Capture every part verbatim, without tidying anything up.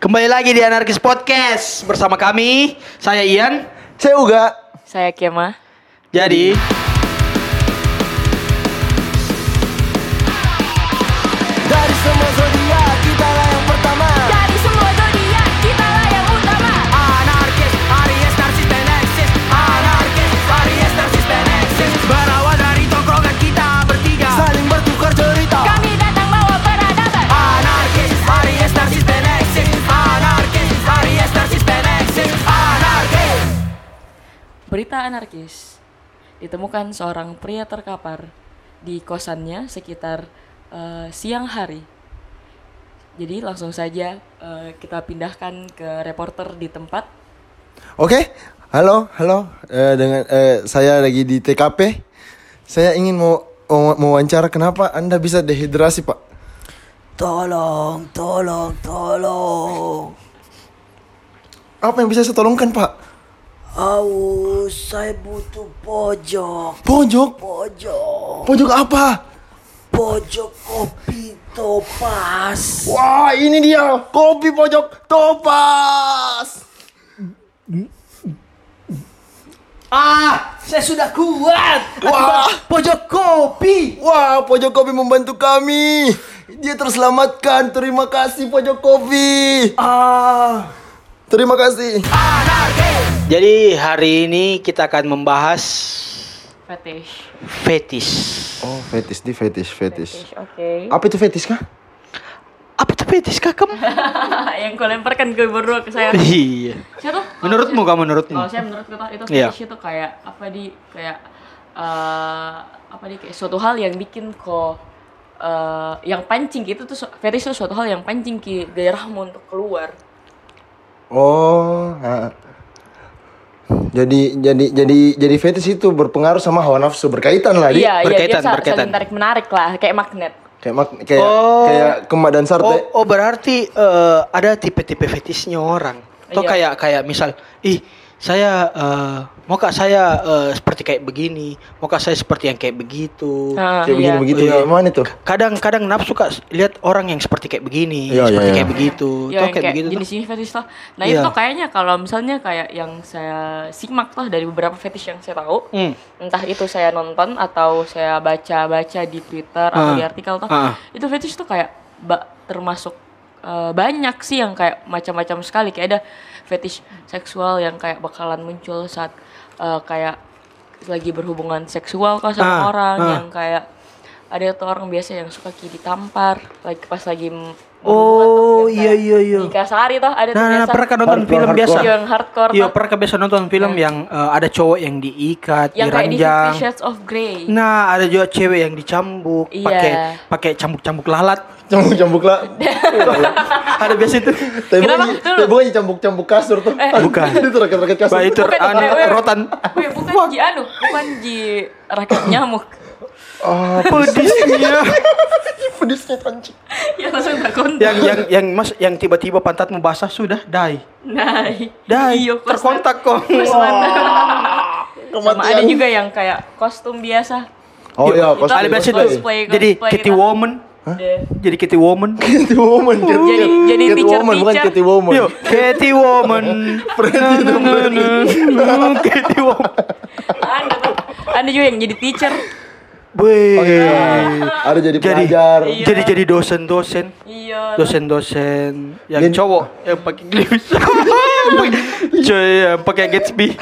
Kembali lagi di Anarkis Podcast bersama kami. Saya Ian. Saya Uga. Saya Kema. Jadi Dari semua zodiak kita lah yang pertama. Dari semua zodiak kita lah yang utama. Anarkis, Aries, Narsis, dan Eksis. Anarkis, Aries, Narsis, dan Eksis. Berawal dari tongkrongan kita bertiga, saling bertukar cerita. Kami datang bawa peradaban. Anarkis, Aries, Narsis, dan Eksis. Anarkis, Aries, Narsis, dan Eksis. Anarkis. Berita anarkis. Ditemukan seorang pria terkapar di kosannya sekitar uh, siang hari. Jadi langsung saja uh, kita pindahkan ke reporter di tempat. Oke, halo, halo. Eh, dengan eh, saya lagi di T K P. Saya ingin mau mau mau wawancara. Kenapa Anda bisa dehidrasi, Pak? Tolong, tolong, tolong. Apa yang bisa saya tolongkan, Pak? Aus, saya butuh pojok. Pojok? Pojok. Pojok apa? Pojok kopi topas. Wah, ini dia kopi pojok topas. Ah, saya sudah kuat. Wah. Akibat pojok kopi. Wah, pojok kopi membantu kami. Dia terselamatkan. Terima kasih pojok kopi. Ah. Terima kasih. Jadi hari ini kita akan membahas Fetish. fetish. Oh, fetish di fetish, fetish. Fetish, oke. Apa itu fetish kah? Apa itu fetish Kakak? Yang kau lemparkan ke berdua ke saya. Iya. Saya tuh. Menurutmu kah menurutmu? Kalau saya menurut kita itu Iya. fetish itu kayak apa di kayak eh apa di kayak suatu hal yang bikin kok eh yang pancing gitu tuh su- fetish itu suatu hal yang pancing ki gairahmu untuk keluar. Oh, ha. Jadi jadi jadi jadi fetish itu berpengaruh sama hawa nafsu, berkaitan lah. Di. Iya, iya berkaitan, dia sa- berkaitan. saling tarik menarik lah kayak magnet. Kayak mak- kayak Oh. kayak kemak dan sarte. Oh, oh berarti eh, ada tipe-tipe fetishnya orang. Atau Iya. kayak kayak misal, ih saya eh, mau kak saya eh, seperti kayak begini, mau kak saya seperti yang kayak begitu. Ah, Kayak begini iya. begitu. Iya. Ya, mana tuh? Kadang-kadang nafsu kak lihat orang yang seperti kayak begini, Iya, seperti iya, kayak iya. begitu, Ya, tuh yang kayak, kayak begitu. jenis Tuh. ini fetish tuh. Nah Iya. itu kayaknya kalau misalnya kayak yang saya simak tuh dari beberapa fetish yang saya tahu, Hmm. entah itu saya nonton atau saya baca-baca di Twitter atau Ah. di artikel tuh, Ah. itu fetish tuh kayak ba- termasuk eh, banyak sih yang kayak macam-macam sekali. Kayak ada fetish seksual yang kayak bakalan muncul saat eh, kayak lagi berhubungan seksual kok sama Ah, orang, ah. yang kayak ada tuh orang biasa yang suka ki ditampar lagi pas lagi m- Oh, berhubungan tuh, yang iya, kayak iya, iya. dikasari tuh ada tuh Nah, nah, biasa. pernah kan nonton Hardcore, film hardcore. biasa? Yang hardcore Iya, tuh. pernah kan biasa nonton film yang eh, ada cowok yang diikat, Yang kayak di diranjang. Fifty Shades of Grey. Nah, ada juga cewek yang dicambuk, Iya. pakai pakai cambuk-cambuk lalat. Cambuk-cambuk lah. Ada biasa itu. Tapi Kenapa? bukan Tuh. tapi bukan cambuk-cambuk kasur tuh. Bukan. Itu raket-raket kasur. Bah, itu Bukan, anu, weh, weh. rotan. Wih, bukan ji anu, bukan ji raket nyamuk. Ah, Pedisnya. pedisnya anjing. Ya langsung tak kontak. yang yang yang mas yang tiba-tiba pantatmu basah sudah die. Nah, Die. iya, pas Terkontak kok. Pas mana. Sama Kematian. ada juga yang kayak kostum biasa. Oh iya, Itu Ada biasa itu. cosplay, Jadi cosplay Kitty kan. Woman. Deh. Jadi Kitty Woman. Catty Woman. Catty- Jadi- jadi Catty teacher- Woman, bukan teacher. Catty Woman. Yuk, Kitty Woman. Freddy itu Freddy. Kitty Woman. Ada tuh. Ada juga yang jadi teacher. Wih. Oh, iya. Ada jadi Jadi pelajar. Iya. jadi jadi dosen-dosen. Iya. Dosen-dosen yang Gen- cowok yang pakai gerimis. Coy, yang pakai Gatsby.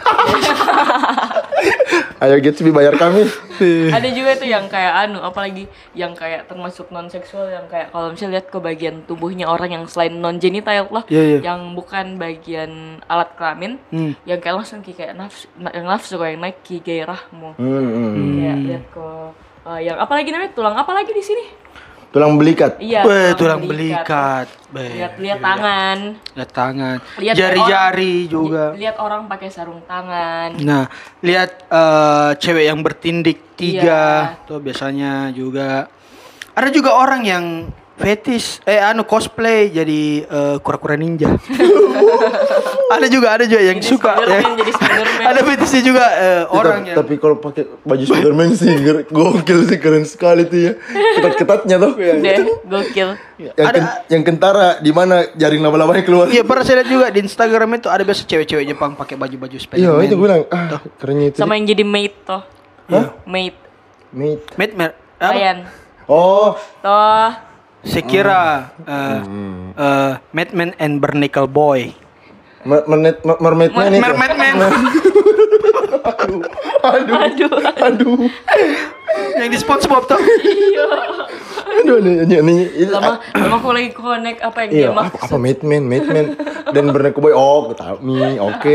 Ayo Gatsby bayar kami. Ada juga tuh yang kayak anu, apalagi yang kayak termasuk non seksual, yang kayak kalau misalnya lihat ke bagian tubuhnya orang yang selain non genital lah, Iya, iya. yang bukan bagian alat kelamin, Hmm. yang kayak langsung ki kayak nafsu, na- yang nafsu kayak naik ki gairahmu, Hmm, hmm. kayak lihat ke eh, yang apalagi namanya tulang apalagi di sini, Tulang belikat. iya Weh, tulang belikat. Beh, lihat lihat tangan, lihat tangan. lihat Jari-jari orang- juga. li- lihat orang pakai sarung tangan. Nah, lihat eh, cewek yang bertindik tiga, Iya. tuh biasanya juga. Ada juga orang yang fetish eh anu cosplay jadi eh, kura-kura ninja. Ada juga ada juga yang Jadi suka ya. Spiderman, jadi Spiderman. Ada fetishnya juga eh, orang tapi, yang tapi kalau pakai baju Spiderman sih ger- gokil sih, keren sekali tuh ya. Ketat-ketatnya tuh. Deh, gokil. Yang, Ada- ken- yang kentara di mana jaring laba-labanya keluar. Iya pernah saya lihat juga di Instagram itu ada biasa cewek-cewek Jepang pakai baju-baju Iya, Spiderman. itu gue bilang, ah, kerennya itu. Sama yang jadi maid toh. Hah? Maid. Mate. Mate, mer- apa? Ryan. Oh, Toh. Saya kira eh eh, Madman and Bernacle Boy. mer- mermaid mer- mermaidnya nih. Mer- Madman Aduh, aduh, Aduh. aduh, yang di SpongeBob tuh. aduh, ini, ini, ini, ini Lama lama aku lagi connect apa yang iya, dia apa, maksud. apa Madman, Madman dan Bernacle Boy. Oh, tahu nih, oke.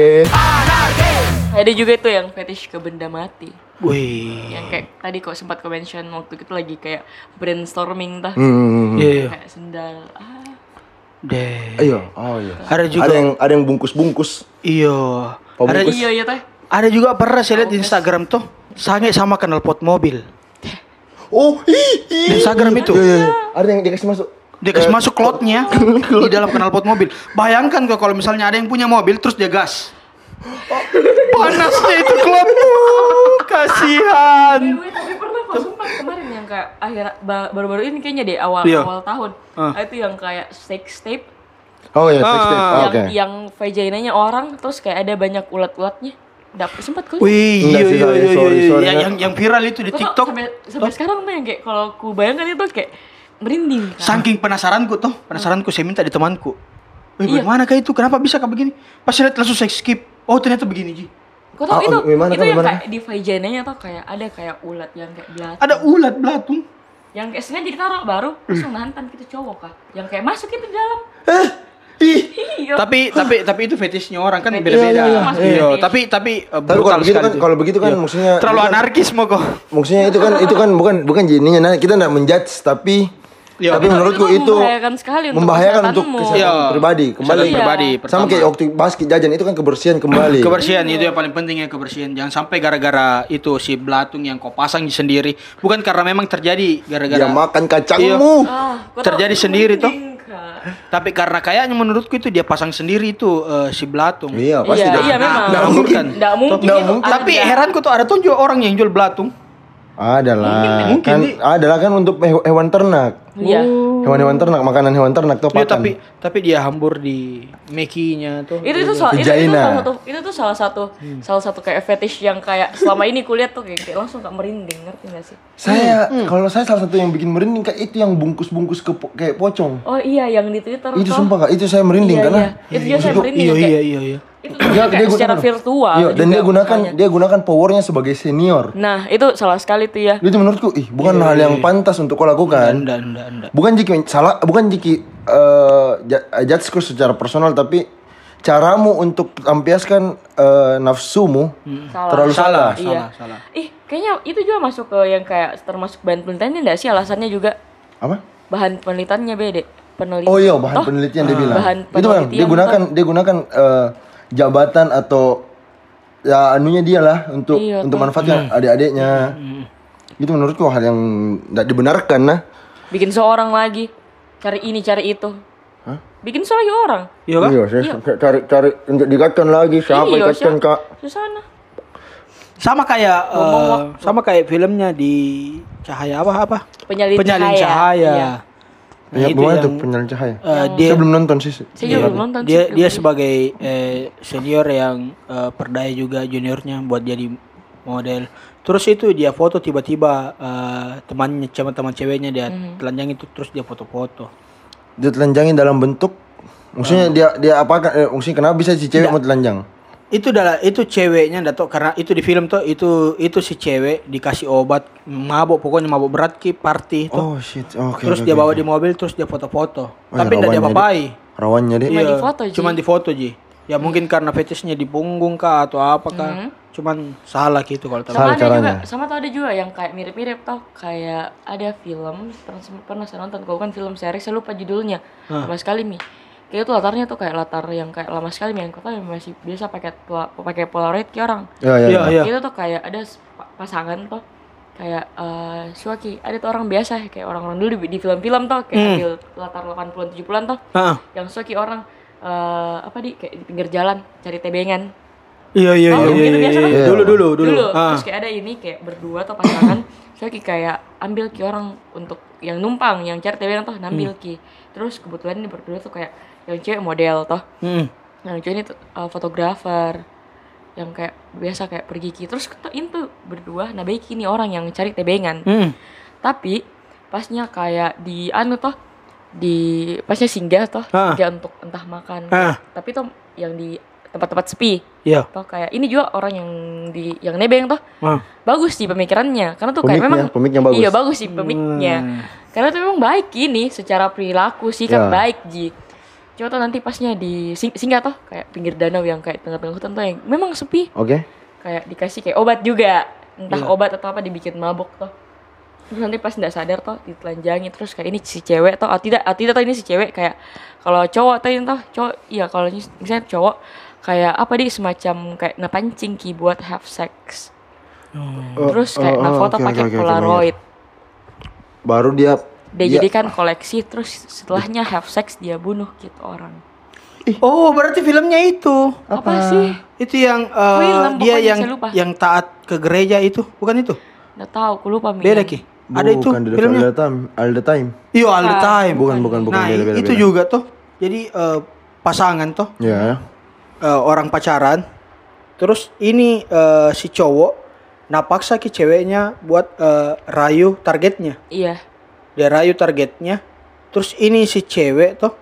Ada juga itu yang fetish ke benda mati. Wih. Yang kayak tadi kok sempat ke mention waktu itu lagi kayak brainstorming tah. Hmm, Iya, iya. Kayak sendal. Ah. Deh. iya, oh iya. Ada juga. Ada yang ada yang bungkus-bungkus. Iya. Oh, Ada bungkus. Iya iya teh. ada juga pernah saya lihat di Instagram tuh sange sama knalpot mobil. Oh, ih, ih. Di Instagram itu. Iya, iya, iya. Ada yang dikasih masuk. Dia kasih masuk klotnya di dalam knalpot mobil. Bayangkan kok kalau misalnya ada yang punya mobil terus dia gas. Panasnya itu klot. Kasihan. Wait, tapi pernah kok sumpah kemarin yang kayak akhir ba- baru-baru ini kayaknya deh awal Iya. awal tahun. Ah. Itu yang kayak sex tape Oh iya, sex Ah. tape. Oh, yang oke. yang vaginanya orang terus kayak ada banyak ulat-ulatnya. Dapat sempat kali. Wih, Enggak iya sih, iya sorry, iya sorry, iya. sorry. Yang, yang yang viral itu di Gua tuh TikTok. sampai, sampai sekarang tuh yang kayak kalau ku bayangkan itu kayak merinding kan. Saking penasaranku tuh, penasaranku saya minta di temanku. Wih, Iya. bagaimana kah itu? Kenapa bisa kah begini? Pas saya lihat langsung saya skip. Oh, ternyata begini, Ji. Kau tau Ah, itu, gimana, itu Kak, yang gimana? kayak di vaginanya tuh kayak ada kayak ulat yang kayak belatung. Ada ulat belatung. Yang kayak sengaja ditaruh baru langsung nahantan gitu cowok kah. Yang kayak masuk itu di dalam. Ih, Iya. Tapi tapi tapi itu fetishnya orang kan Fetish. beda-beda. Iya, iya, iya. Iya, Fetish. tapi tapi uh, Tapi brutal kalau begitu sekali kan, itu. kalau begitu kan Iya. maksudnya terlalu itu kan- anarkis mau kok. maksudnya itu kan itu kan bukan bukan jadinya nah, kita enggak menjudge tapi Iya. tapi Itu- menurutku itu itu membahayakan sekali untuk membahayakan untuk kesehatanmu. kesehatan Iya. pribadi kembali Kesehatan Iya. pribadi sama pertama. kayak waktu bahas jajan itu kan kebersihan kembali. Kebersihan itu yang paling penting ya, kebersihan. Jangan sampai gara-gara itu si belatung yang kau pasang sendiri, bukan karena memang terjadi gara-gara Dia makan kacangmu. Ah, kau tahu, terjadi itu sendiri toh. merinding, Kak. Tapi karena kayaknya menurutku itu dia pasang sendiri itu eh, si belatung. Iya, pasti Iya, dah. iya memang. Nggak mungkin. Nggak mungkin. Nggak itu mungkin. Tapi ada. heranku tuh ada tuh juga orang yang jual belatung. Adalah Mungkin, kan Di. adalah kan untuk he- hewan ternak. Iya. Hewan-hewan ternak, makanan hewan ternak tuh Iya, pakan. tapi tapi dia hambur di mekinya tuh. Itu itu soal itu, itu Vagina. salah satu itu tuh salah satu salah satu kayak fetish yang kayak selama ini kulihat tuh kayak, kayak langsung kayak merinding, ngerti gak sih? Saya kalau saya salah satu yang bikin merinding kayak itu yang bungkus-bungkus ke po- kayak pocong. Oh iya yang di Twitter Itu toh. sumpah Kak, itu saya merinding Iya, karena iya. Itu juga saya maksudku, merinding Iya kayak- iya iya iya. Itu juga kayak secara gunakan- virtual. Iya, dan juga dia gunakan mukanya. dia gunakan powernya sebagai senior. Nah, itu salah sekali tuh ya. Itu menurutku ih bukan hal yang pantas untuk kau lakukan. Anda anda anda. Bukan jiki salah, bukan jiki eh ja- judgeku secara personal, tapi caramu untuk melampiaskan eh, nafsumu Salah. terlalu salah. Salah, Iya. salah. Ih, kayaknya itu juga masuk ke yang kayak termasuk bahan penelitiannya enggak sih alasannya juga Apa? bahan penelitiannya beda. Penelitian. Oh iya, bahan Toh, penelitian dia bilang. bahan Itu kan dia penelitian gunakan dia gunakan eh, jabatan atau ya anunya dia lah untuk Iya, untuk toh. manfaatkan adik-adiknya. Itu menurutku hal yang tidak dibenarkan nah. bikin seorang lagi cari ini cari itu. Hah? Bikin seorang orang. Iya kan? Iya, saya cari cari untuk dikatkan lagi siapa Iya, dikatkan siapa? Kak. Susana. Sama kayak Ngomong eh, waktu. sama kayak filmnya di Cahaya apa apa? Penyalin, Penyalin cahaya. Cahaya. Iya. Nah, Ya, itu bagaimana yang tuh penyalin cahaya? eh, dia Saya belum nonton sih. Saya Iya, juga belum nonton dia sih. dia sebagai eh, senior yang eh, perdaya juga juniornya buat jadi model. Terus itu dia foto tiba-tiba eh, temannya sama teman ceweknya dia Mhm. telanjang itu terus dia foto-foto. Dia telanjangin dalam bentuk maksudnya dia dia apa eh, maksudnya kenapa bisa si cewek mau telanjang? Itu adalah itu ceweknya enggak tahu karena itu di film tuh itu itu si cewek dikasih obat mabuk pokoknya mabuk berat ki party itu. Oh shit. Oke. terus oke, dia oke. bawa di mobil terus dia foto-foto. Oh, ya, Tapi enggak dia rawannya apa-apai. Rawannya dia. Cuma difoto, Ji. Cuman di foto Ji. Ya mungkin karena fetishnya di punggung kah atau apa kah. Mhm. Cuman salah gitu kalau tahu. Sama Salah ada juga, caranya. sama tuh ada juga yang kayak mirip-mirip tau kayak ada film pernah pernah saya nonton kalau kan film series saya lupa judulnya lama sekali mi kayak itu latarnya tuh kayak latar yang kayak lama sekali mi yang kota yang masih biasa pakai pola- pakai polaroid kayak orang Ya ya. Iya, ya. iya. itu tuh kayak ada s- pa- pasangan tuh kayak eh suaki ada tuh orang biasa kayak orang-orang dulu di, di film-film tuh kayak Hmm. ambil latar delapan puluhan tujuh puluhan tuh Heeh. yang suaki orang eh apa di kayak di pinggir jalan cari tebengan. Iya iya Oh, iya iya. gitu biasa kan? iya. Dulu dulu dulu. Dulu, Ah. terus kayak ada ini kayak berdua atau pasangan suaki kayak ambil ki orang untuk yang numpang yang cari tebengan tuh nambil Hmm. ki. Terus kebetulan ini berdua tuh kayak yang cewek model toh. Hmm. Yang cewek ini tuh, uh, fotografer yang kayak biasa kayak pergi ki terus ketain tuh berdua nah baik ini orang yang cari tebengan Hmm. tapi pasnya kayak di anu toh di pasnya singgah toh Ah. singgah untuk entah makan Ah. tapi tuh yang di tempat-tempat sepi Iya. toh kayak ini juga orang yang di yang nebeng toh Ah. bagus sih pemikirannya karena tuh kayak Pemiknya, memang pemiknya bagus. iya bagus sih pemiknya Hmm. karena tuh memang baik ini secara perilaku sikap Ya. baik ji coba tuh nanti pasnya di sing- singgah toh kayak pinggir danau yang kayak tengah-tengah hutan tuh yang memang sepi Oke. kayak dikasih kayak obat juga entah Iya. obat atau apa dibikin mabuk toh terus nanti pas nggak sadar toh ditelanjangi terus kayak ini si cewek toh ah, tidak ah, tidak toh ini si cewek kayak kalau cowok toh ini toh cowok iya kalau mis- misalnya cowok kayak apa di semacam kayak napancing ki buat have sex Oh, terus oh, kayak oh, nah foto oke, pakai oke, oke, polaroid Baru dia dia jadikan koleksi terus setelahnya have sex dia bunuh gitu orang Oh, berarti filmnya itu. apa, sih Itu yang uh, Film, dia pokoknya yang saya lupa. yang taat ke gereja itu, bukan itu? nggak tahu aku lupa Mi. Beda Ki. Ada itu Bukan The Devil filmnya. All the Time. All the Time. Iya, all the Bukan. time. Bukan, bukan, bukan. Nah, beda, beda, itu beda. juga tuh. Jadi uh, pasangan tuh, Ya. uh, orang pacaran. Terus ini uh, si cowok napaksa ki ceweknya buat uh, rayu targetnya. iya Dia rayu targetnya. Terus ini si cewek tuh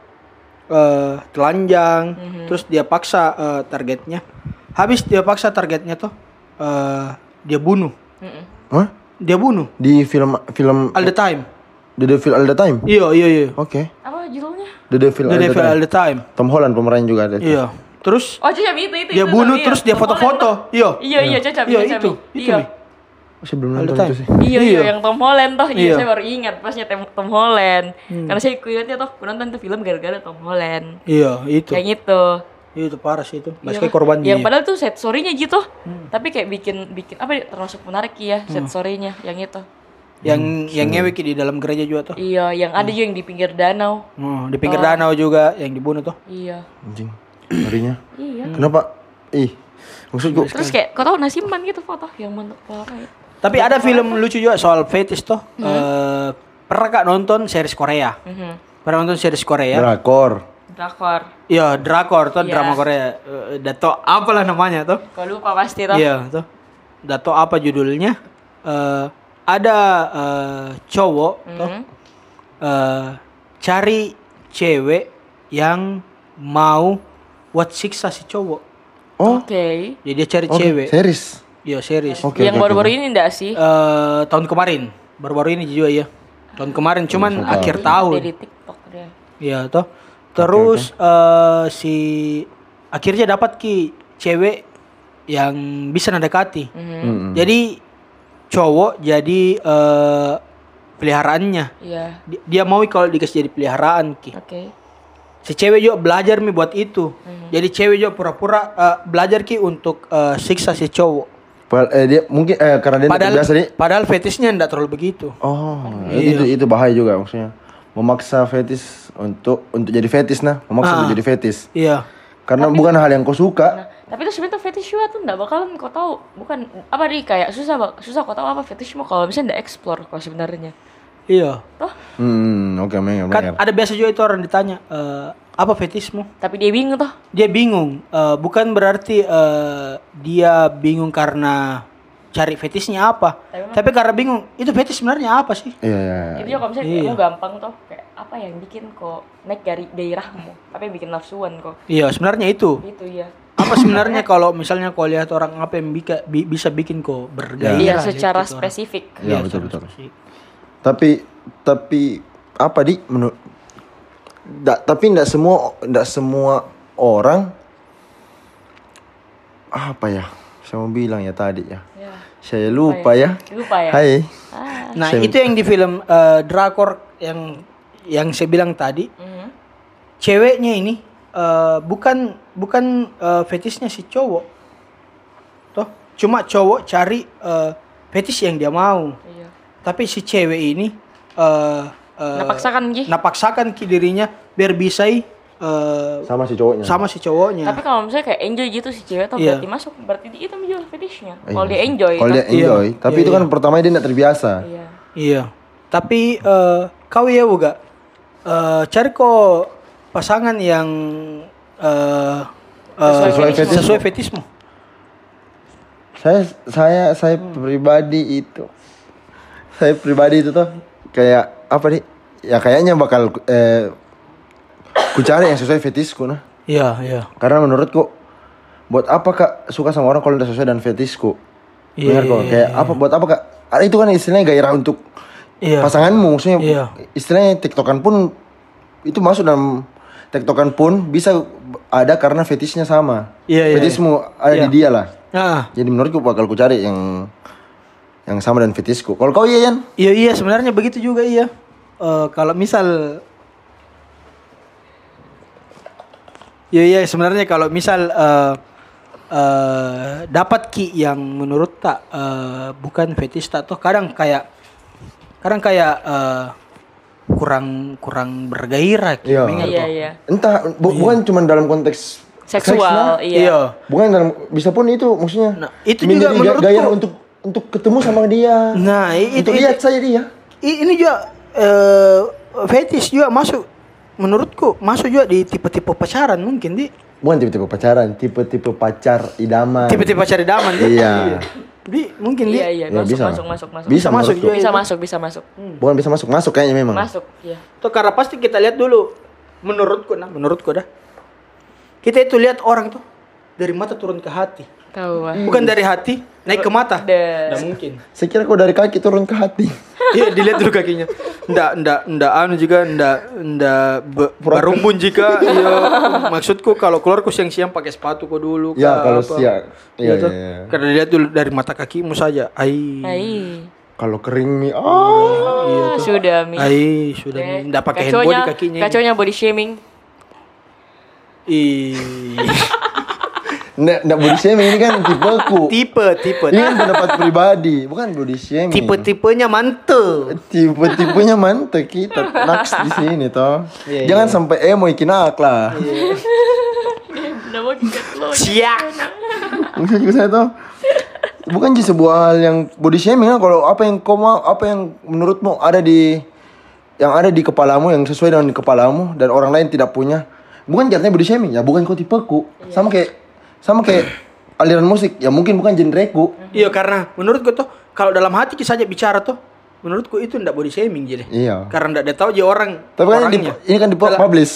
uh, telanjang. Terus dia paksa uh, targetnya. Habis dia paksa targetnya tuh uh, dia bunuh. Hah? Dia bunuh Di film film all the time. The Devil All the Time. Iya iya iya. Oke. apa judulnya The Devil The All the Devil Time. all the time. Tom Holland pemerannya juga ada. Iya. Terus oh cocok itu itu dia itu, bunuh iya. terus dia Tom foto-foto. Holland Iya. toh. iya iya cocok Iya cocok, itu. Mi. Itu iya Mi. Saya belum All the nonton time. itu sih. Iya, iya, Iya. yang Tom Holland toh. Iya, Iya. saya baru ingat pasnya Tem- Tom Holland. Karena saya ingatnya toh, aku nonton tuh film gara-gara Tom Holland. Iya itu. Kayak gitu. Iya, itu parah sih itu. Iya, Masih korban yang dia. padahal tuh set story-nya gitu. Tapi kayak bikin bikin apa ya, termasuk menarik ya set story-nya yang itu. Yang yang ngewek di dalam gereja juga tuh. Iya, yang ada juga yang di pinggir danau. Oh, di pinggir danau juga yang dibunuh tuh. Iya. Anjing. Ngerinya. Iya. Kenapa? Ih. Maksudku Terus kayak kau tahu nasiman gitu foto yang bentuk polaroid. Tapi ada film lucu juga soal fetish tuh. Eh, pernah Kak nonton series Korea? Mhm. Pernah nonton series Korea? drakor. Drakor. Iya, drakor tuh Iya. drama Korea. Eh, Dato apalah namanya tuh? Kau lupa pasti toh. Iya, tuh. Dato apa judulnya? Eh, ada eh, cowok tuh Mhm. eh, cari cewek yang mau buat siksa si cowok. Oh. Oke. Jadi dia cari Oke, cewek. series. Iya, series. Oke. Yang oke, baru-baru oke. ini enggak sih? Eh, tahun kemarin. Baru-baru ini juga ya. Tahun kemarin cuman Langsung akhir Dia tahun. di TikTok dia. Iya toh. Terus eh, si akhirnya dapat ki cewek yang bisa mendekati. Mm-mm. Jadi cowok jadi eh, peliharaannya. Iya. Di- Dia mau kalau dikasih jadi peliharaan ki. Oke. Si cewek juga belajar mi buat itu. Jadi cewek juga pura-pura eh, belajar ki untuk eh, siksa si cowok. Padahal, eh, dia mungkin eh, karena dia Padahal biasa nih. padahal fetishnya enggak terlalu begitu. Oh, itu itu bahaya juga maksudnya. Memaksa fetis untuk untuk jadi fetis nah, memaksa Ah. untuk jadi fetis. Iya. Karena bukan hal yang kau Nah, suka. tapi itu sebenarnya fetish juga tuh enggak bakalan kau tahu. Bukan apa nih kayak susah bak- susah kau tahu apa fetishmu kalau misalnya enggak explore kau sebenarnya. Iya. Toh, Hmm, oke, mengerti. Kan ada biasa juga itu orang ditanya eh, apa fetishmu? tapi dia bingung toh. Dia bingung. Eh, bukan berarti eh, dia bingung karena cari fetishnya apa, Tapi emang- tapi karena bingung itu fetish sebenarnya apa sih? Iya, iya. Itu juga kalau misalnya Iya. kamu gampang toh kayak apa yang bikin kok naik dari gairahmu, apa yang bikin nafsuan kok. Iya sebenarnya itu. Itu ya. Apa sebenarnya kalau misalnya kau lihat orang apa yang bika, bi- bisa bikin kau bergairah? Iya, lihat secara itu orang. spesifik. Iya, Iya, betul, secara betul. spesifik. Tapi tapi apa di menurut da, tapi tidak semua tidak semua orang apa ya? Saya mau bilang ya tadi ya. Ya. Saya lupa ya. Lupa ya. Hai. Ah. Nah Saya- itu yang di film eh, drakor yang yang saya bilang tadi, Mhm. ceweknya ini eh, bukan bukan eh, fetishnya si cowok, toh cuma cowok cari eh, fetish yang dia mau. Iya. Tapi si cewek ini eh uh, Napaksakan Ki. napaksakan ki dirinya biar bisa eh Sama si cowoknya. sama si cowoknya. Tapi kalau misalnya kayak enjoy gitu si cewek tuh Iya. berarti masuk, berarti di- itu juga fetishnya. Iya. Kalau dia enjoy. Kalau toh. dia enjoy, Iya. tapi Iya, itu kan iya. pertamanya dia tidak terbiasa. Iya. Iya. Tapi eh kau ya juga eh cari kok pasangan yang eh eh, Sesuai fetismu. sesuai fetismu. Saya saya saya pribadi itu saya pribadi itu tuh kayak apa nih? Ya kayaknya bakal eh ku cari yang sesuai fetisku nah. Iya, iya. Karena menurutku buat apa Kak suka sama orang kalau tidak sesuai dengan fetisku? Iya, Benar kok. iya, Kayak apa buat apa Kak? Ah, itu kan istilahnya gairah untuk Iya. pasanganmu, maksudnya Iya. istilahnya tiktokan pun itu masuk dalam tiktokan pun bisa ada karena fetishnya sama. Iya, iya, Fetismu ada Iya. di dia lah. Nah, Jadi menurutku bakal ku cari yang yang sama dengan fetishku. Kalau kau iya Yan? iya iya sebenarnya begitu juga iya. Eh kalau misal Iya iya sebenarnya kalau misal eh eh dapat ki yang menurut tak eh, bukan fetish tak tuh kadang kayak kadang kayak eh, kurang kurang bergairah ki. Iya. mengat Iya, tuh. iya. Entah bu- bukan cuma dalam konteks seks, Seksual, nah. iya. Iya. Bukan dalam bisa pun itu maksudnya. Nah, itu menjadi juga ga- menurutku- gairah untuk untuk ketemu sama dia. Nah, i- itu untuk lihat saya dia. i- ini juga eh fetish juga masuk menurutku masuk juga di tipe-tipe pacaran mungkin di Bukan tipe-tipe pacaran, tipe-tipe pacar idaman. tipe-tipe pacar idaman di. Iya. Di mungkin di. Iya, iya, Ya, masuk, bisa. masuk, masuk, masuk. Bisa masuk masuk juga. Bisa itu. masuk, bisa masuk. Bukan bisa masuk, masuk kayaknya memang. Masuk, iya. Tuh karena pasti kita lihat dulu menurutku nah menurutku dah kita itu lihat orang tuh dari mata turun ke hati Tahu ah. bukan dari hati naik ke mata. Da- Nggak mungkin. Saya kira kau dari kaki turun ke hati. Iya dilihat dulu kakinya. Ndak ndak ndak anu juga ndak ndak be, barumbun jika iya maksudku kalau keluar ku siang-siang pakai sepatu kok dulu Ya, kah, kalau apa. siang. Iya, Iya, tuh. iya, iya. Karena dilihat dulu dari mata kakimu saja. Ai. Hai. Kalau kering nih, ah. Iya tuh. Sudah, Mi. Ai, sudah Oke. nih. Ndak pakai Kaconya- handbody kakinya. ini. Kaconya body shaming. Ih. Nggak, nggak body shaming ini kan tipeku. Tipe, tipe. Ini kan pendapat pribadi, bukan body shaming. Tipe-tipenya mantul. Tipe-tipenya mantep kita naks di sini toh. Iya, Jangan sampai emo ikinak lah. Udah mau dikat lo. Siap. Maksud juga saya toh bukan just sebuah hal yang body shaming lah. Kalau apa yang kau mau, apa yang menurutmu ada di yang ada di kepalamu yang sesuai dengan kepalamu dan orang lain tidak punya, bukan jadinya body shaming ya. Bukan kau tipeku. Sama kayak sama kayak aliran musik ya mungkin bukan genreku. Iya karena menurutku tuh kalau dalam hati kita saja bicara tuh menurutku itu ndak body shaming jadi. Iya. Karena ndak ada tahu aja orang Tapi kan ini, orangnya. di- ini kan di Dalam- publish.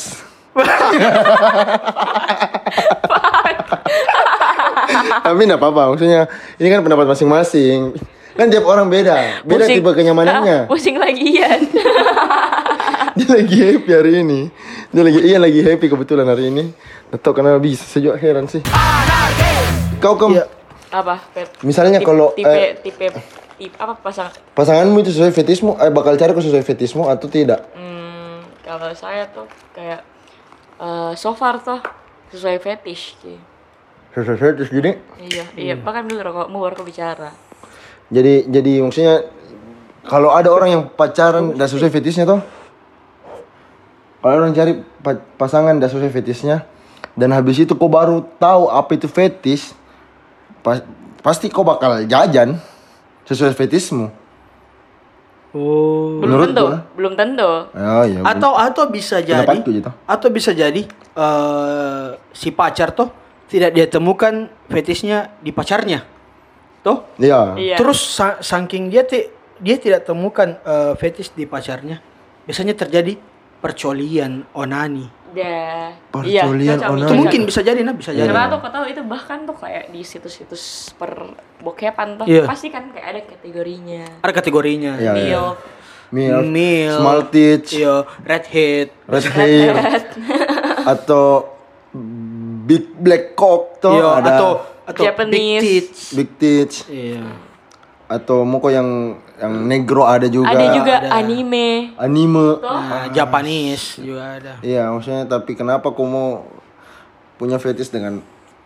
Tapi enggak apa-apa, maksudnya ini kan pendapat masing-masing. Kan tiap orang beda, beda Pusing. tipe kenyamanannya. Ah, pusing lagi Ian. Dia lagi happy hari ini. Dia lagi iya lagi happy kebetulan hari ini. Nggak tahu kenapa bisa, saya juga heran sih. Kau kem, Iya. Apa? Pet? misalnya Tip- kalau tipe eh, tipe tipe apa pasang? pasanganmu itu sesuai fetismu, eh, bakal cari ke sesuai fetismu atau tidak? Hmm, kalau saya tuh kayak eh, so far tuh sesuai fetish sih. Sesuai fetis jadi. Iya, iya, bahkan dulu rokok mau baru bicara. Jadi jadi maksudnya kalau ada orang yang pacaran dan sesuai fetisnya tuh, kalau orang cari pa- pasangan dan sesuai fetisnya, dan habis itu kau baru tahu apa itu fetish, pas- pasti kau bakal jajan sesuai fetismu. Oh. Belum Menurut tentu, gua. belum tentu. Oh iya. Atau atau bisa jadi Pendapatku gitu. atau bisa jadi eh si pacar tuh tidak dia temukan fetishnya di pacarnya. Tuh. Iya. Iya. Terus sa- saking dia ti- dia tidak temukan eh, fetish di pacarnya. Biasanya terjadi percolian onani. Ya, Percolian cocok, onani. Itu cocok. mungkin bisa jadi nah bisa jadi. Karena tuh kau tahu itu bahkan tuh kayak di situs-situs per bokepan tuh Iya. pasti kan kayak ada kategorinya. Ada kategorinya. Iya, iya. Milf, Milf, Milf, small tits, Iya, redhead. red hair, atau big black cock tuh Iya, ada atau atau Japanese. big tits. big tits, Iya. atau muka yang yang negro ada juga. ada juga ada. anime. Anime. Nah, Japanese juga ada. Iya, maksudnya tapi kenapa kau mau punya fetish dengan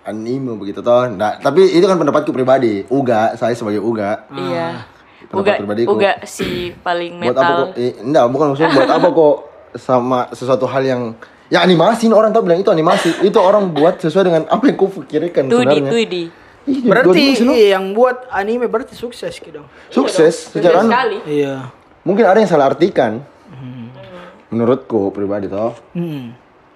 anime begitu toh. Nah, tapi itu kan pendapatku pribadi. Uga, saya sebagai Uga. Iya. Pendapat Uga, pribadiku. Uga si paling Buat apa kok? metal. Eh, enggak, bukan maksudnya buat apa kok sama sesuatu hal yang ya animasi, orang tahu bilang itu animasi. Itu orang buat sesuai dengan apa yang kau pikirkan Tuh di, sebenarnya. tuh di. Ih, Berarti dua dimensi, no? iya, yang buat anime berarti sukses gitu. Sukses Iya secara dong, sukses sekali. Iya. mungkin ada yang salah artikan. Menurutku pribadi toh. Hmm.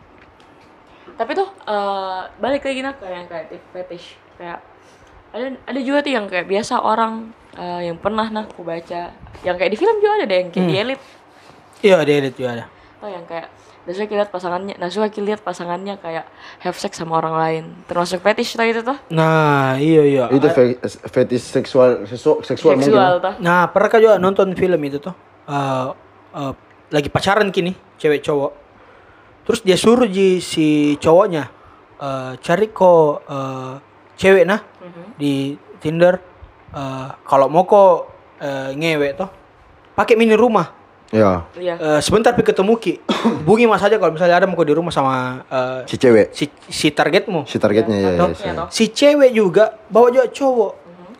Tapi tuh eh, balik lagi nak ke yang kayak fetish kayak ada ada juga tuh yang kayak biasa orang eh, yang pernah nah aku baca yang kayak di film juga ada deh yang kayak di Elite Iya, di edit juga ada. tuh yang kayak Nasuka lihat pasangannya Nasuka lihat pasangannya kayak have sex sama orang lain termasuk fetish tuh itu tuh Nah, iya iya. Itu fe- fetish seksual seksual, seksual mungkin. seksual tuh Nah, pernah kah juga nonton film itu tuh? Eh, eh, lagi pacaran kini, cewek cowok. Terus dia suruh ji si cowoknya eh, cari kok eh, cewek nah di Tinder. Eh, kalau mau kok eh, ngewek toh, pakai mini rumah. Ya, iya Eh, sebentar pi ketemu ki. Hubungi mas aja kalau misalnya ada mau kok di rumah sama eh, si cewek, si si targetmu. si targetnya ya, ya, Toh, si- Iya, toh. si cewek juga bawa juga cowok.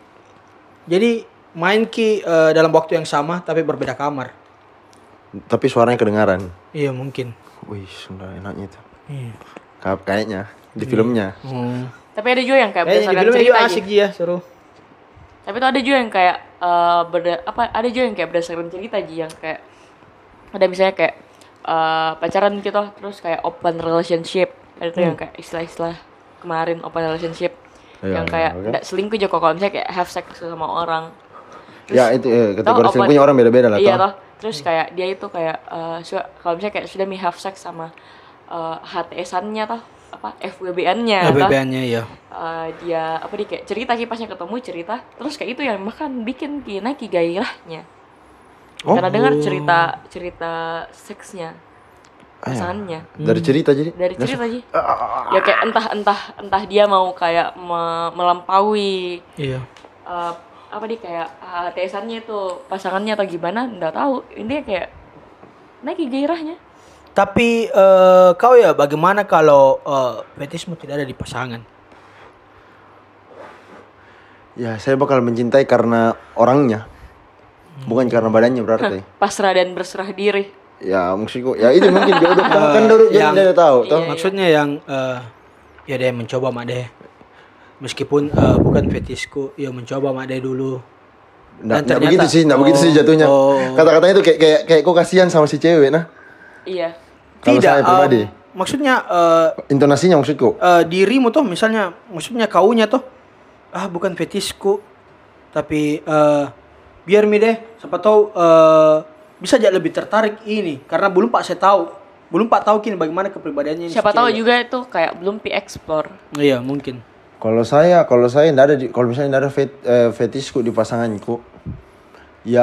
Jadi main ki eh, dalam waktu yang sama tapi berbeda kamar. Tapi suaranya kedengaran. Iya mungkin. Wih, sudah enaknya itu. Iya. Ka- Kayaknya di filmnya. Hmm. tapi ada juga yang kayak Kayaknya di berdasarkan filmnya cerita juga aja asik dia seru. tapi tuh ada juga yang kayak eh, berda- apa ada juga yang kayak berdasarkan cerita aja yang kayak ada misalnya kayak eh, pacaran gitu terus kayak open relationship ada tuh yang kayak istilah-istilah kemarin open relationship Iya, yang kayak oke. nggak selingkuh juga kalau misalnya kayak have sex sama orang Ya itu eh, Toh, kategori open- selingkuhnya orang beda-beda lah iya toh. toh terus kayak dia itu kayak eh, su- kalau misalnya kayak sudah mi have sex sama eh, H T S-annya toh apa F W B-annya Ya, toh B B N-nya ya. Eh, dia apa dia kayak cerita ki pasnya ketemu cerita terus kayak itu yang bahkan bikin ki naik ki gairahnya Oh. karena dengar cerita cerita seksnya pasangannya Dari cerita jadi. dari cerita aja ya kayak entah entah entah dia mau kayak me- melampaui Iya. eh, apa dia kayak H T S-annya itu pasangannya atau gimana nggak tahu intinya kayak naik ki gairahnya Tapi eh, kau ya bagaimana kalau eh, fetismu tidak ada di pasangan? Ya, saya bakal mencintai karena orangnya. Bukan karena badannya berarti. pasrah dan berserah diri Ya, maksudku ya itu mungkin jodoh toh. Kan dulu yang- dia udah tahu toh. Iya. Maksudnya yang eh, ya deh mencoba mak deh. Meskipun eh, bukan fetisku, ya mencoba mak deh dulu. Nggak, Dan nggak ternyata- begitu sih, nggak oh, begitu sih jatuhnya. oh. Kata-katanya itu kayak kayak kayak kok kasihan sama si cewek nah. iya Kalau saya pribadi. em, maksudnya eh, Intonasinya maksudku. eh, dirimu tuh misalnya maksudnya kaunya tuh ah bukan fetisku tapi eh, biar mi deh siapa tahu eh, bisa jadi lebih tertarik ini karena belum pak saya tahu belum pak tahu kini bagaimana kepribadiannya ini siapa si tahu cewek. juga itu kayak belum pi explore Iya mungkin Kalau saya, kalau saya nggak ada di, kalau misalnya nggak ada fet, eh, fetishku di pasanganku, ya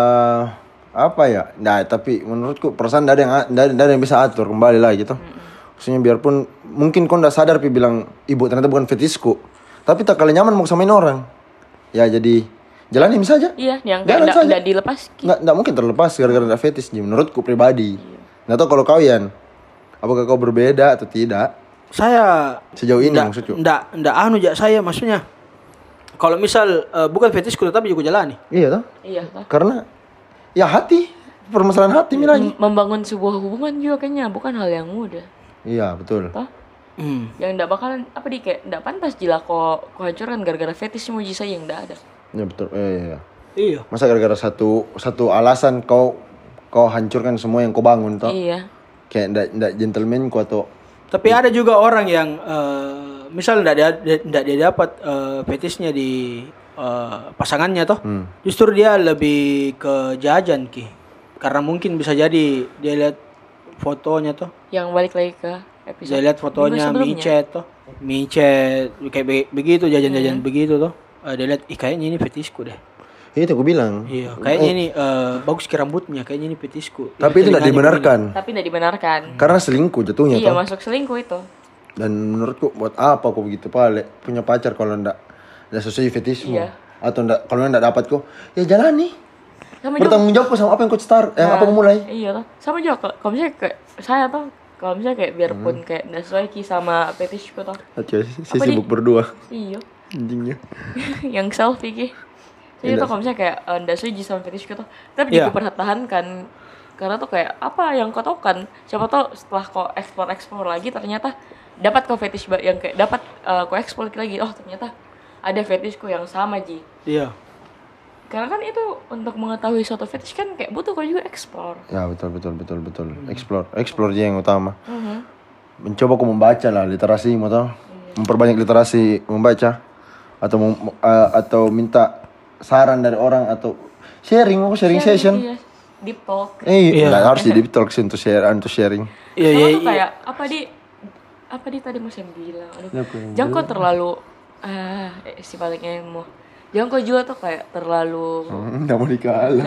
apa ya? Nah, tapi menurutku perasaan nggak ada yang nggak ada, nggak ada yang bisa atur kembali lagi gitu. Maksudnya biarpun mungkin kau nggak sadar pi bilang ibu ternyata bukan fetishku, tapi tak kali nyaman mau samain orang, ya jadi jalanin saja. iya yang Jalan kayak saja. nggak dilepas ki. Nggak nggak mungkin terlepas gara-gara ada fetish. Ji. Menurutku pribadi. Nggak tahu kalau kau Yan, apakah kau berbeda atau tidak? saya Sejauh ini ndak, maksudku. ndak ndak anu jak saya maksudnya kalau misal eh, bukan fetisku tapi juga jalani Iya toh? iya toh. Karena ya hati, permasalahan hati mi lagi. Mem- membangun sebuah hubungan juga kayaknya bukan hal yang mudah Iya betul. toh hmm. yang nggak bakalan apa di kayak nggak pantas jila kok kok hancurkan gara-gara fetish muji saya yang nggak ada Ya betul. Eh, iya, iya. iya Masa gara-gara satu satu alasan kau kau hancurkan semua yang kau bangun toh? iya Kayak ndak ndak gentleman ku atau tapi ada juga orang yang eh, misal ndak dia ndak dia dapat eh, fetisnya di eh, pasangannya toh hmm. justru dia lebih ke jajan ki karena mungkin bisa jadi dia lihat fotonya toh yang balik lagi ke episode dia lihat fotonya minggu sebelumnya. micet toh micet kayak be- begitu jajan-jajan begitu toh Eh, dia lihat ih kayaknya ini fetisku deh itu aku bilang. iya kayaknya ini eh, bagus ki rambutnya kayaknya ini fetisku Tapi itu tidak telinganya dibenarkan. tapi nggak dibenarkan Karena selingkuh jatuhnya iya toh. masuk selingkuh itu Dan menurutku buat apa kau begitu pale punya pacar kalau ndak ndak sesuai fetishmu Iya. atau ndak kalau ndak dapat kau ya jalani. sama juga Bertanggung jawab sama apa yang kau start, yang Nah, apa kau mulai. iya lah sama juga kalau kalau misalnya kayak saya tuh Kalau misalnya kayak biarpun kayak nggak sesuai ki sama fetishku toh. Oke, si Apa sibuk di- berdua. Iya. Anjingnya. Yang selfie ki. Jadi Iya. tuh kalau misalnya kayak eh, nggak sesuai sama fetishku tuh, tapi Iya. juga pertahankan. Karena tuh kayak apa yang kau tahu kan, siapa tahu setelah kau explore explore lagi ternyata dapat kau fetish ba- yang kayak dapat eh, kau explore lagi, oh ternyata ada fetishku yang sama Ji. Iya. Karena kan itu untuk mengetahui suatu fetish kan kayak butuh kau juga explore. Ya betul betul betul betul. Explore, explore aja yang utama. Mhm. Mencoba aku membaca lah literasi, mau tahu? Memperbanyak literasi membaca atau mem- uh, atau minta saran dari orang atau sharing, mau sharing, session. Iya. Deep talk. Eh, Iya. nggak harus di deep talk sih untuk share, untuk sharing. Iya, Sama iya, tuh iya. kayak apa di apa di tadi mas yang bilang, aduh, Ya, aku yang jangan kok terlalu ah eh, si paling emo. Jangan kok juga tuh kayak terlalu, Hmm, nggak mau dikalah.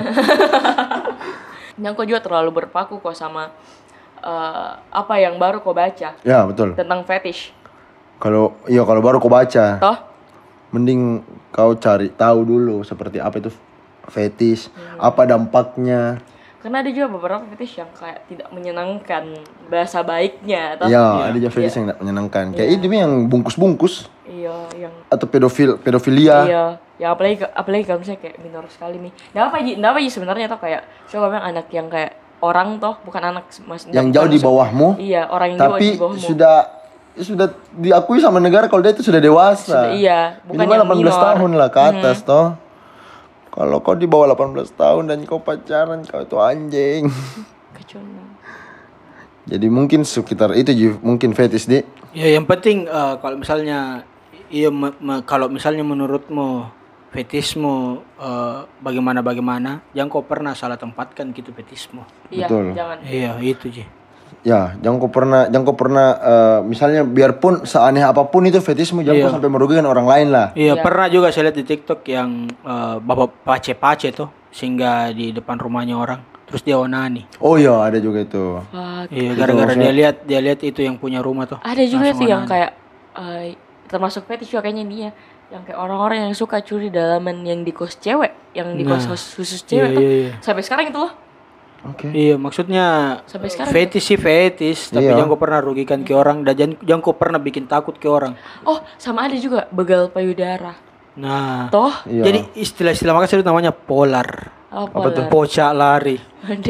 jangan kok juga terlalu berpaku kok sama eh, apa yang baru kau baca Ya betul. tentang fetish. Kalau iya kalau baru kau baca, Toh? mending kau cari tahu dulu seperti apa itu fetish, apa dampaknya. Karena ada juga beberapa fetish yang kayak tidak menyenangkan bahasa baiknya, toh? Ya, ada juga fetish yang tidak menyenangkan. Kayak itu yang bungkus-bungkus Iya, yang atau pedofil, pedofilia. iya, ya apalagi apalagi kalau misalnya kayak minor sekali nih. Nah apa Ji? Nah apa Ji sebenarnya tuh kayak coba memang anak yang kayak orang toh, bukan anak mas, Yang bukan jauh di maksud- bawahmu. Iya, orang yang jauh Tapi di bawahmu. sudah sudah diakui sama negara kalau dia itu sudah dewasa. Sudah, iya, bukan Minimal yang delapan belas minor. tahun lah ke atas toh. Kalau kau di bawah delapan belas tahun dan kau pacaran, kau itu anjing. Kecuna. Jadi mungkin sekitar itu Ji, mungkin fetish di. Ya yang penting eh, kalau misalnya iya me- me- kalau misalnya menurutmu fetismu eh, bagaimana bagaimana, jangan kau pernah salah tempatkan gitu fetismu. Iya, Betul. jangan. Iya itu Ji. Ya, jangan kau pernah, jangan kau pernah, eh, misalnya biarpun seaneh apapun itu fetishmu, jangan Iya. kau sampai merugikan orang lain lah. Iya Iya. pernah juga saya lihat di TikTok yang eh, bapak pace-pace tuh singgah di depan rumahnya orang, terus dia onani. Oh iya, ada juga itu. Fuck. Iya gara-gara dia lihat dia lihat itu yang punya rumah tuh. Ada juga Langsung tuh yang onani. kayak eh, termasuk fetish juga kayaknya dia, yang kayak orang-orang yang suka curi dalaman yang di kos cewek, yang di kos Nah, kos khusus cewek iya, tuh. iya, iya. Sampai sekarang itu loh. Oke. Iya maksudnya Sampai sekarang fetis sih fetis, tapi Iya. jangan kau pernah rugikan ke orang dan jangan, jangan kau pernah bikin takut ke orang. Oh, sama ada juga begal payudara. Nah, Toh? Iya. jadi istilah-istilah Makassar itu namanya polar. Apa, Apa tuh? lah? Pocak lari. Ada.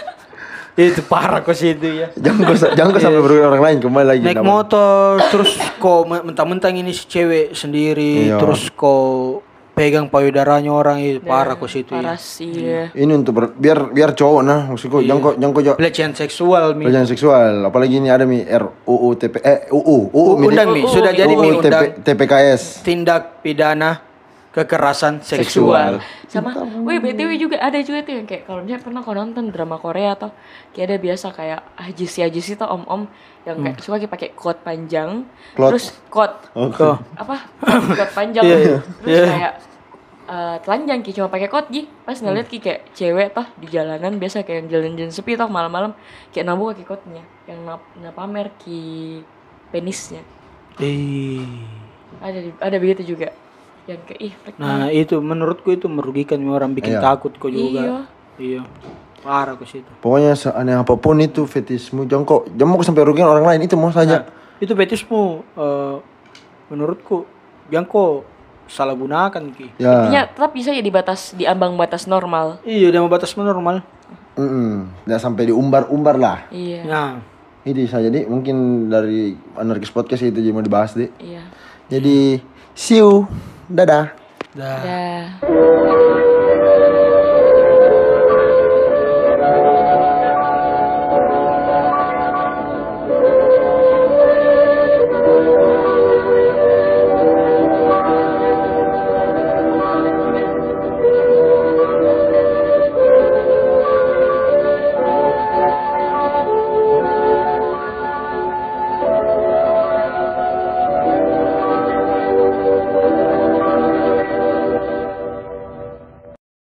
Itu parah kok sih itu ya. Jangan kau jangan kau sampai merugikan orang lain, kembali lagi. Naik nama- motor terus kau me- mentang-mentang ini si cewek sendiri, Iya. terus kau pegang payudaranya orang itu parah kok sih itu Parah ya. sih. Ya. Ini untuk ber- biar biar cowok nah, maksudku jangan kau jangan kau jauh Pelecehan seksual mi. pelecehan seksual, apalagi ini ada mi R U U T P eh U U U U mi- Undang mi, sudah jadi mi U U T P undang T P K S. tindak pidana kekerasan Seksual. seksual. Sama, wih B T W juga ada juga tuh yang kayak kalau misalnya pernah kau nonton drama Korea atau kayak ada biasa kayak ajusi ajusi tuh om-om yang kayak suka pakai coat panjang, Clot. terus coat Tuh. apa coat panjang, Iya, iya. terus Iya. kayak eh, telanjang ki cuma pakai coat Ji. Pas ngeliat ki kayak cewek toh di jalanan biasa kayak yang jalan-jalan sepi toh malam-malam kayak nabu kaki coatnya yang nap, napamer ki penisnya. Eh. Ada di- ada begitu juga yang kayak ih freak Nah itu menurutku itu merugikan orang, bikin Iya. takut kok Iya. juga. Iya. Parah kok situ. Pokoknya seaneh apapun itu fetishmu, jangan kok jangan mau sampai merugikan orang lain, itu mau saja. Nah, itu fetismu eh, menurutku jangan kok salah gunakan ki. Ya. Intinya tetap bisa ya di batas di ambang batas normal. Iya dia batas normal. Mm-mm. Nggak sampai diumbar-umbar lah. Iya. Nah, Ini bisa jadi mungkin dari Anarkis Podcast itu yang mau dibahas deh. Iya. Jadi see you. Dadah. dah. Dah.